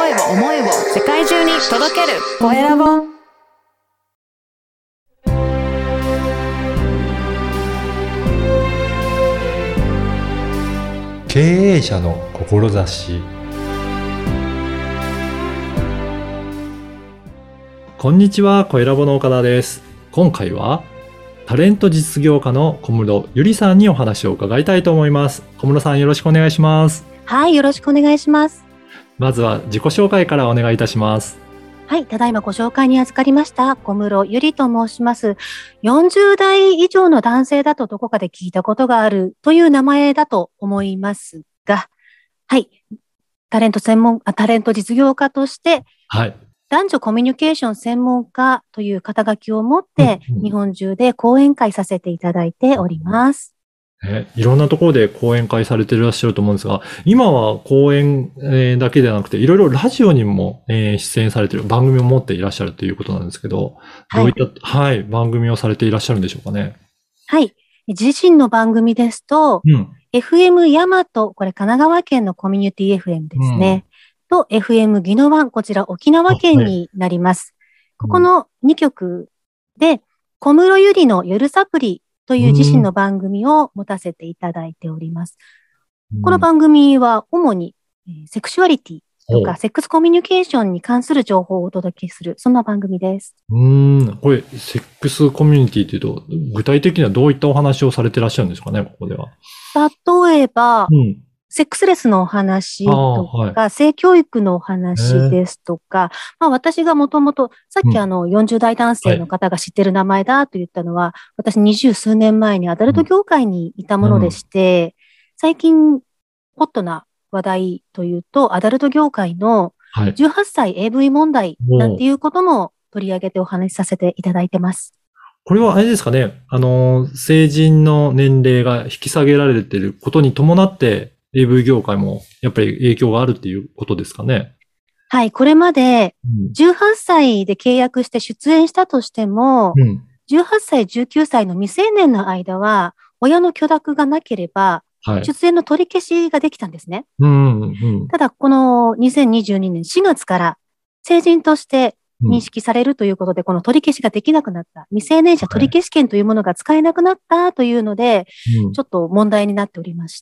声を世界中に届けるコエラボ。 経営者の志。こんにちは、コエラボの岡田です。今回はタレント実業家の小室ゆりさんにお話を伺いたいと思います。小室さん、よろしくお願いします。 はい、よろしくお願いします。 まずは自己紹介からお願いいたします。 はい、ただいまご紹介に預かりました小室ゆりと申します。40代以上の男性だとどこかで聞いたことがあるという名前だと思いますが、はい、タレント実業家として、 はい。 男女コミュニケーション専門家という肩書きを持って、日本中で講演会させていただいております。 いろんなところで講演会されていらっしゃると思うんですが、今は講演だけではなくて、いろいろラジオにも出演されている番組を持っていらっしゃるということなんですけど、どういった、番組をされていらっしゃるんでしょうかね。 はい。自身の番組ですと、FM 大和、これ神奈川県のコミュニティ FM ですね。と FM 宜野湾、こちら沖縄県になります。ここの2局で、小室ゆりの夜サプリという自身の番組を持たせていただいております。この番組は主にセクシュアリティとかセックスコミュニケーションに関する情報をお届けする、そんな番組です。 これ、セックスコミュニティというと、具体的にはどういったお話をされていらっしゃるんですかね、ここでは。 例えば、セックスレスのお話とか、性教育のお話ですとか、私がもともと、さっき40代男性の方が知ってる名前だと言ったのは、私20数年前にアダルト業界にいたものでして、最近ホットな話題というと、アダルト業界の18歳 AV 問題なんていうことも取り上げてお話しさせていただいてます。 これはあれですかね、成人の年齢が引き下げられていることに伴って、AV 業界もやっぱり影響があるっていうことですかね。 はい、これまで18歳で契約して出演したとしても、18歳、19歳の未成年の間は、親の許諾がなければ、出演の取り消しができたんですね。ただ、この2022年4月から成人として認識されるということで、この取り消しができなくなった、未成年者取り消し権というものが使えなくなったというので、ちょっと問題になっておりまして、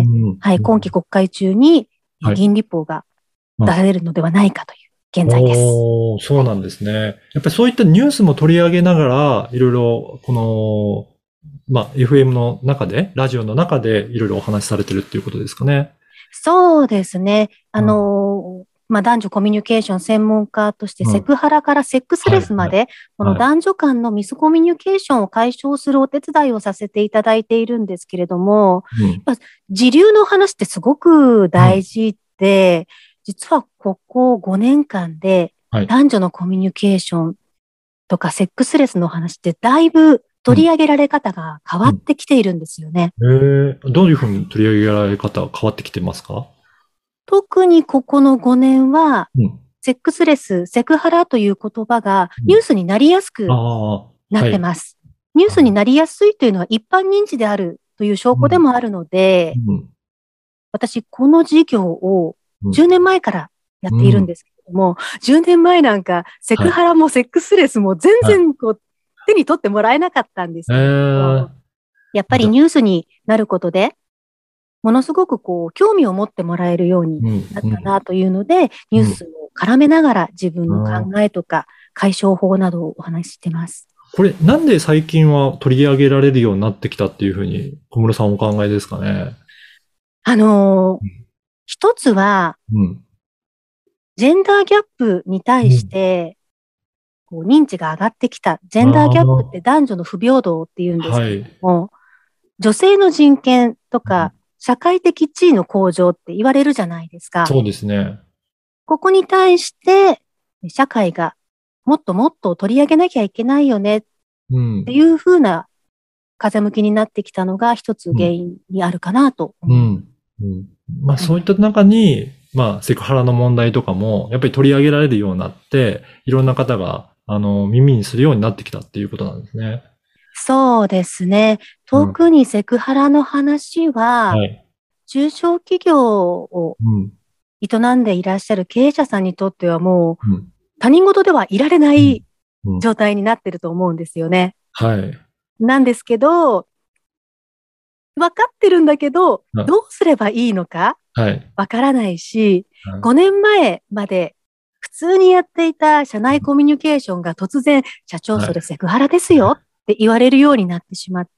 今期国会中に議員立法が出されるのではないかという現在です。 そうなんですね。やっぱりそういったニュースも取り上げながら、いろいろ、FM の中で、ラジオの中でいろいろお話しされてるっていうことですかね。 そうですね。男女コミュニケーション専門家としてセクハラからセックスレスまで、この男女間のミスコミュニケーションを解消するお手伝いをさせていただいているんですけれども、時流の話ってすごく大事で、実はここ5年間で男女のコミュニケーションとかセックスレスの話ってだいぶ取り上げられ方が変わってきているんですよね。 どういうふうに取り上げられ方が変わってきてますか？ 特にここの5年は、セックスレス、セクハラという言葉がニュースになりやすくなってます。ニュースになりやすいというのは一般認知であるという証拠でもあるので、私この事業を10年前からやっているんですけれども、10年前なんかセクハラもセックスレスも全然手に取ってもらえなかったんですけれども、やっぱりニュースになることで、ものすごく興味を持ってもらえるようになったなというので、ニュースを絡めながら自分の考えとか解消法などをお話ししてます。 これなんで最近は取り上げられるようになってきたっていうふうに小室さんお考えですかね。 一つは、ジェンダーギャップに対して、認知が上がってきた。ジェンダーギャップって男女の不平等っていうんですけれども、女性の人権とか、社会的地位の向上って言われるじゃないですか。 そうですね。 ここに対して、社会がもっともっと取り上げなきゃいけないよねっていうふうな風向きになってきたのが一つ原因にあるかなと思う。 そういった中に、セクハラの問題とかも、やっぱり取り上げられるようになって、いろんな方が、耳にするようになってきたっていうことなんですね。 そうですね。特にセクハラの話は、中小企業を営んでいらっしゃる経営者さんにとってはもう、他人事ではいられない状態になってると思うんですよね。 はい。 なんですけど、分かってるんだけど、どうすればいいのかわからないし、5年前まで普通にやっていた社内コミュニケーションが突然、社長それセクハラですよって言われるようになってしまって、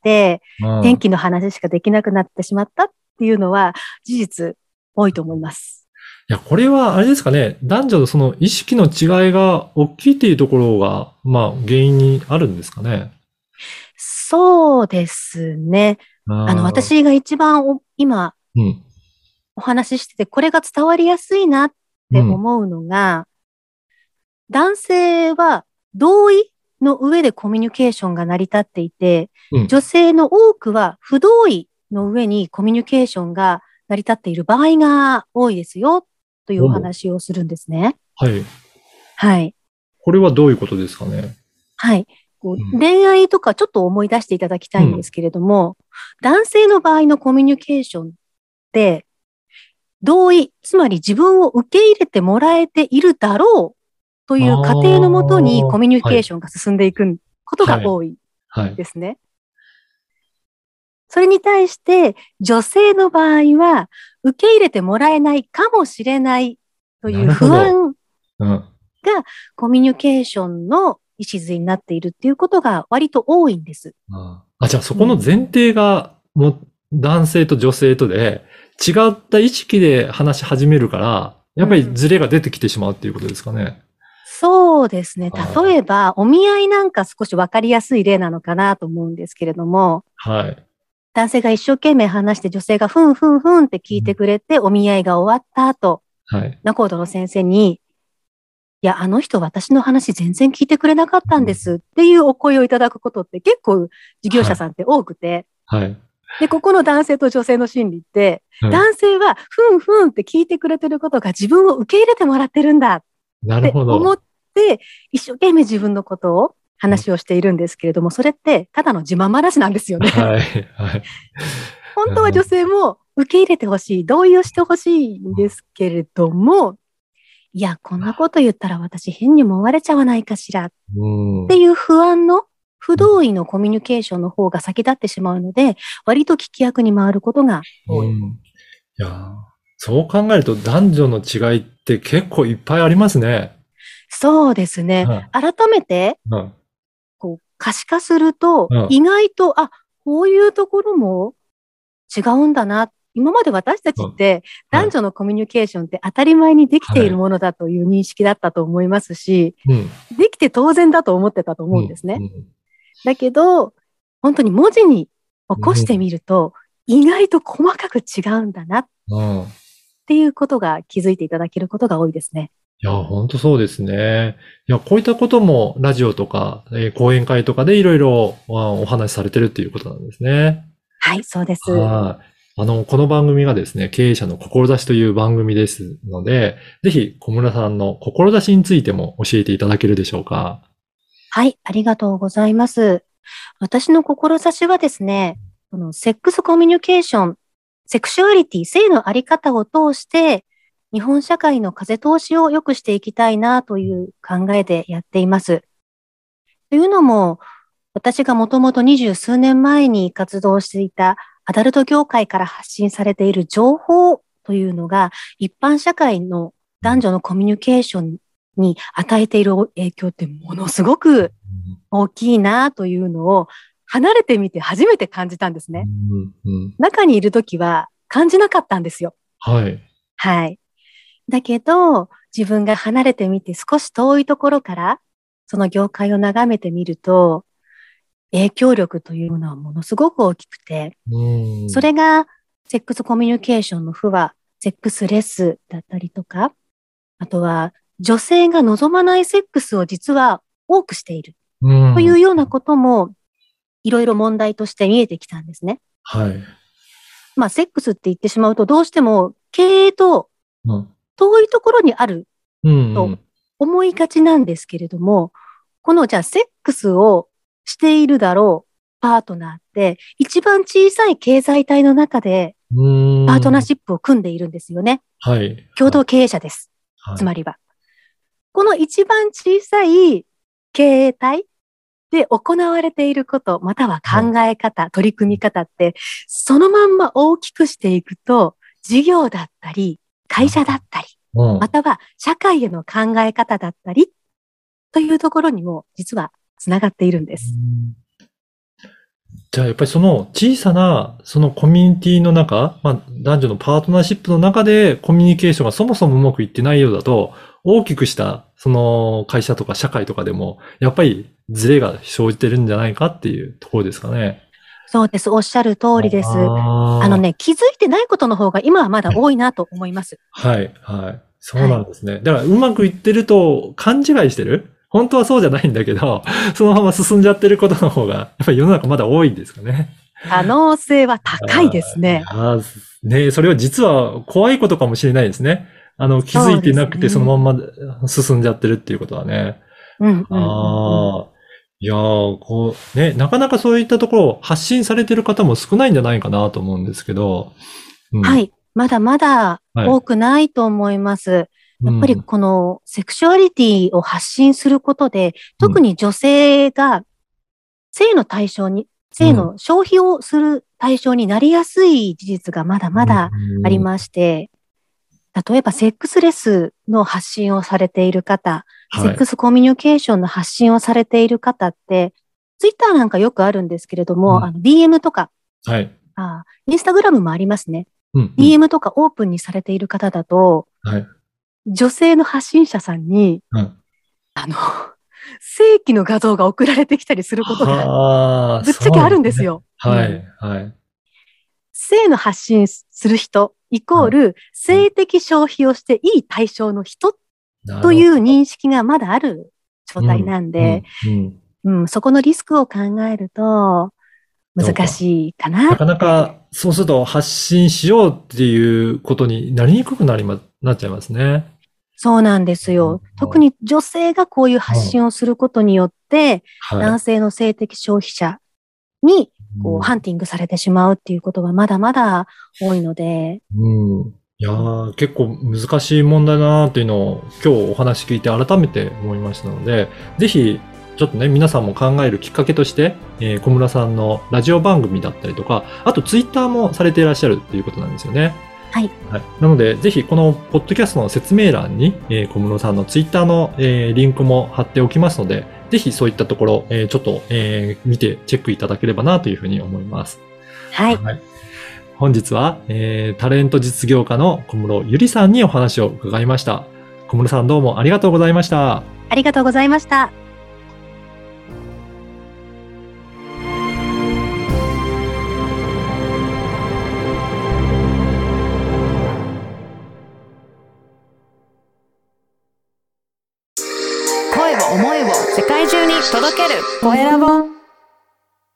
天気の話しかできなくなってしまったっていうのは事実多いと思います。 いや、これはあれですかね、男女のその意識の違いが大きいっていうところが、原因にあるんですかね。 そうですね。私が一番今、お話ししてて、これが伝わりやすいなって思うのが、男性は同意の上でコミュニケーションが成り立っていて、女性の多くは不同意の上にコミュニケーションが成り立っている場合が多いですよというお話をするんですね。 はい。 はい。 これはどういうことですかね。 はい。恋愛とかちょっと思い出していただきたいんですけれども、男性の場合のコミュニケーションって、同意、つまり自分を受け入れてもらえているだろうという過程のもとにコミュニケーションが進んでいくことが多いですね。それに対して女性の場合は受け入れてもらえないかもしれないという不安がコミュニケーションの礎になっているっていうことが割と多いんです。 じゃあそこの前提が男性と女性とで違った意識で話し始めるから、やっぱりズレが出てきてしまうっていうことですかね。 そうですね。例えば、お見合いなんか少しわかりやすい例なのかなと思うんですけれども、 はい。 男性が一生懸命話して女性がふんふんふんって聞いてくれて、お見合いが終わった後、仲人の先生に、いや、あの人私の話全然聞いてくれなかったんですっていうお声をいただくことって結構事業者さんって多くて、で、ここの男性と女性の心理って、男性はふんふんって聞いてくれてることが自分を受け入れてもらってるんだって思って、一生懸命自分のことを話をしているんですけれども、それってただの自慢話なんですよね。本当は女性も受け入れてほしい、同意をしてほしいんですけれども、いや、こんなこと言ったら私変にも思われちゃわないかしらっていう不安の不同意のコミュニケーションの方が先立ってしまうので、割と聞き役に回ることが多い。 いや、そう考えると男女の違いって結構いっぱいありますね。 そうですね。改めて、可視化すると、意外と、こういうところも違うんだな。今まで私たちって男女のコミュニケーションって当たり前にできているものだという認識だったと思いますし、できて当然だと思ってたと思うんですね。だけど、本当に文字に起こしてみると、意外と細かく違うんだなっていうことが気づいていただけることが多いですね。 いや、本当そうですね。いや、こういったこともラジオとか、講演会とかでいろいろお話しされてるっていうことなんですね。 はい、そうです。 この番組がですね、経営者の志という番組ですので、ぜひ小村さんの志についても教えていただけるでしょうか。 はい、ありがとうございます。私の志はですね、このセックスコミュニケーション、セクシュアリティ、性のあり方を通して、日本社会の風通しを良くしていきたいなという考えでやっています。というのも、私がもともと20数年前に活動していたアダルト業界から発信されている情報というのが、一般社会の男女のコミュニケーションに与えている影響ってものすごく大きいなというのを離れてみて初めて感じたんですね。中にいるときは感じなかったんですよ。 はい。 はい。だけど、自分が離れてみて少し遠いところからその業界を眺めてみると、影響力というのはものすごく大きくて、それがセックスコミュニケーションの不和、セックスレスだったりとか、あとは女性が望まないセックスを実は多くしているというようなこともいろいろ問題として見えてきたんですね。 はい。 セックスって言ってしまうとどうしても経営と遠いところにあると思いがちなんですけれども、このじゃあセックスをしているだろうパートナーって一番小さい経済体の中でパートナーシップを組んでいるんですよね。 はい。 共同経営者です。 はい、 つまりは。この一番小さい経営体で行われていること、または考え方、取り組み方って、そのまんま大きくしていくと、事業だったり、会社だったり、または社会への考え方だったり、というところにも実はつながっているんです。 じゃあやっぱりその小さなそのコミュニティの中、男女のパートナーシップの中でコミュニケーションがそもそもうまくいってないようだと、大きくしたその会社とか社会とかでも、やっぱりズレが生じてるんじゃないかっていうところですかね。 そうです。おっしゃる通りです。気づいてないことの方が今はまだ多いなと思います。 はい、はい。そうなんですね。だからうまくいってると勘違いしてる？本当はそうじゃないんだけど、そのまま進んじゃってることの方が、やっぱり世の中まだ多いんですかね。 可能性は高いですね。 ね、それは実は怖いことかもしれないですね。気づいてなくてそのまま進んじゃってるっていうことはね。いやー、ね、なかなかそういったところを発信されてる方も少ないんじゃないかなと思うんですけど。 はい。まだまだ多くないと思います。やっぱりこのセクシュアリティを発信することで、特に女性が性の消費をする対象になりやすい事実がまだまだありまして、例えばセックスレスの発信をされている方、セックスコミュニケーションの発信をされている方って、ツイッターなんかよくあるんですけれども、DM とか、インスタグラムもありますね。DM とかオープンにされている方だと、女性の発信者さんに、正規の画像が送られてきたりすることが、ぶっちゃけあるんですよ。性の発信する人、イコール、性的消費をしていい対象の人という認識がまだある状態なんで、そこのリスクを考えると、難しいかな。 なかなか、そうすると発信しようっていうことになりにくくなっちゃいますね。 そうなんですよ。特に女性がこういう発信をすることによって、男性の性的消費者にハンティングされてしまうっていうことがまだまだ多いので。 いやー、結構難しい問題だなっていうのを今日お話聞いて改めて思いましたので、ぜひちょっとね、皆さんも考えるきっかけとして、小室さんのラジオ番組だったりとか、あとツイッターもされていらっしゃるっていうことなんですよね。 はい。 なので、ぜひこのポッドキャストの説明欄に、小室さんのツイッターの、リンクも貼っておきますので、ぜひそういったところ、ちょっと、見てチェックいただければなというふうに思います。 はい。 本日は、タレント実業家の小室ゆりさんにお話を伺いました。小室さんどうもありがとうございました。 ありがとうございました。 声を思いを世界中に届けるコエラボ。